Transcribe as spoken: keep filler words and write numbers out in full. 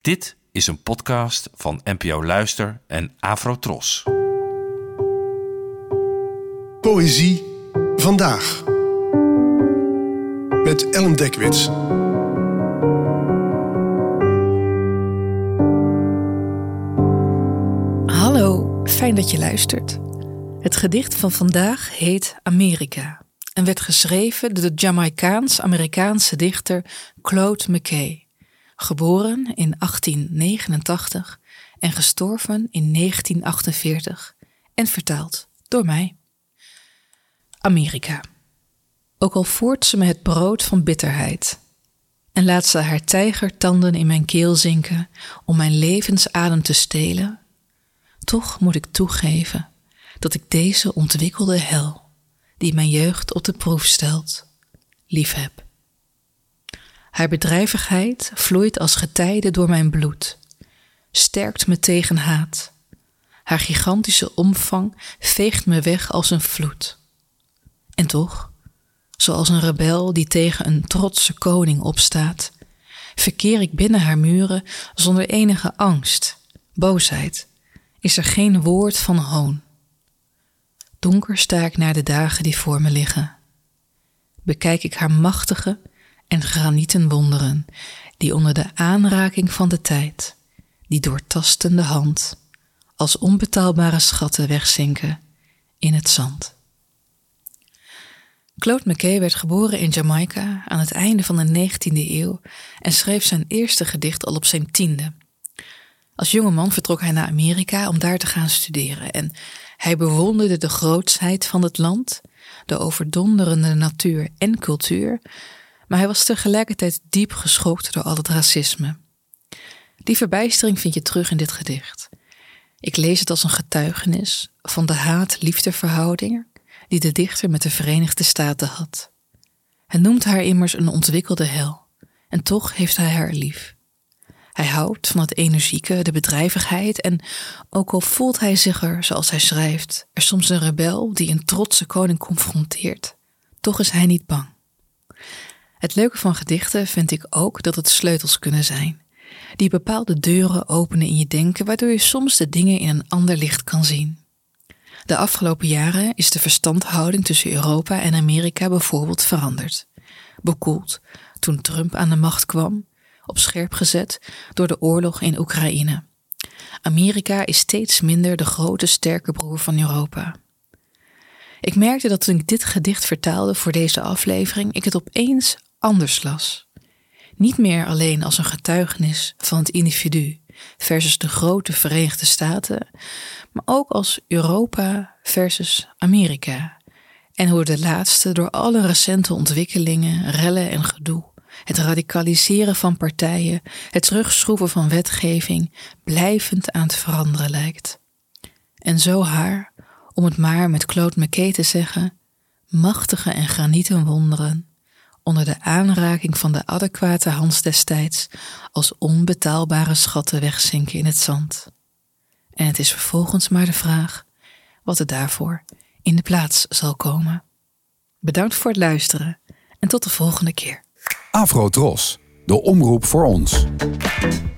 Dit is een podcast van N P O Luister en Afrotros. Poëzie vandaag. Met Ellen Dekwits. Hallo, fijn dat je luistert. Het gedicht van vandaag heet Amerika en werd geschreven door de Jamaicaans-Amerikaanse dichter Claude McKay, geboren in achttien negenentachtig en gestorven in negentien achtenveertig en vertaald door mij. Amerika. Ook al voert ze me het brood van bitterheid en laat ze haar tijgertanden in mijn keel zinken om mijn levensadem te stelen, toch moet ik toegeven dat ik deze ontwikkelde hel, die mijn jeugd op de proef stelt, liefheb. Haar bedrijvigheid vloeit als getijde door mijn bloed, sterkt me tegen haat. Haar gigantische omvang veegt me weg als een vloed. En toch, zoals een rebel die tegen een trotse koning opstaat, verkeer ik binnen haar muren zonder enige angst, boosheid. Is er geen woord van hoon. Donker sta ik naar de dagen die voor me liggen. Bekijk ik haar machtige en granieten wonderen, die onder de aanraking van de tijd, die doortastende hand, als onbetaalbare schatten wegzinken in het zand. Claude McKay werd geboren in Jamaica aan het einde van de negentiende eeuw en schreef zijn eerste gedicht al op zijn tiende. Als jongeman vertrok hij naar Amerika om daar te gaan studeren en hij bewonderde de grootsheid van het land, de overdonderende natuur en cultuur, maar hij was tegelijkertijd diep geschokt door al het racisme. Die verbijstering vind je terug in dit gedicht. Ik lees het als een getuigenis van de haat-liefdeverhouding die de dichter met de Verenigde Staten had. Hij noemt haar immers een ontwikkelde hel en toch heeft hij haar lief. Hij houdt van het energieke, de bedrijvigheid en ook al voelt hij zich er, zoals hij schrijft, er soms een rebel die een trotse koning confronteert, toch is hij niet bang. Het leuke van gedichten vind ik ook dat het sleutels kunnen zijn, die bepaalde deuren openen in je denken, waardoor je soms de dingen in een ander licht kan zien. De afgelopen jaren is de verstandhouding tussen Europa en Amerika bijvoorbeeld veranderd. Bekoeld toen Trump aan de macht kwam, op scherp gezet door de oorlog in Oekraïne. Amerika is steeds minder de grote sterke broer van Europa. Ik merkte dat toen ik dit gedicht vertaalde voor deze aflevering, ik het opeens anders las. Niet meer alleen als een getuigenis van het individu versus de grote Verenigde Staten, maar ook als Europa versus Amerika. En hoe de laatste door alle recente ontwikkelingen, rellen en gedoe, het radicaliseren van partijen, het terugschroeven van wetgeving, blijvend aan het veranderen lijkt. En zo haar, om het maar met Claude McKay te zeggen, machtige en granieten wonderen, onder de aanraking van de adequate Hans destijds, als onbetaalbare schatten wegzinken in het zand. En het is vervolgens maar de vraag wat er daarvoor in de plaats zal komen. Bedankt voor het luisteren en tot de volgende keer. Afrotros, de omroep voor ons.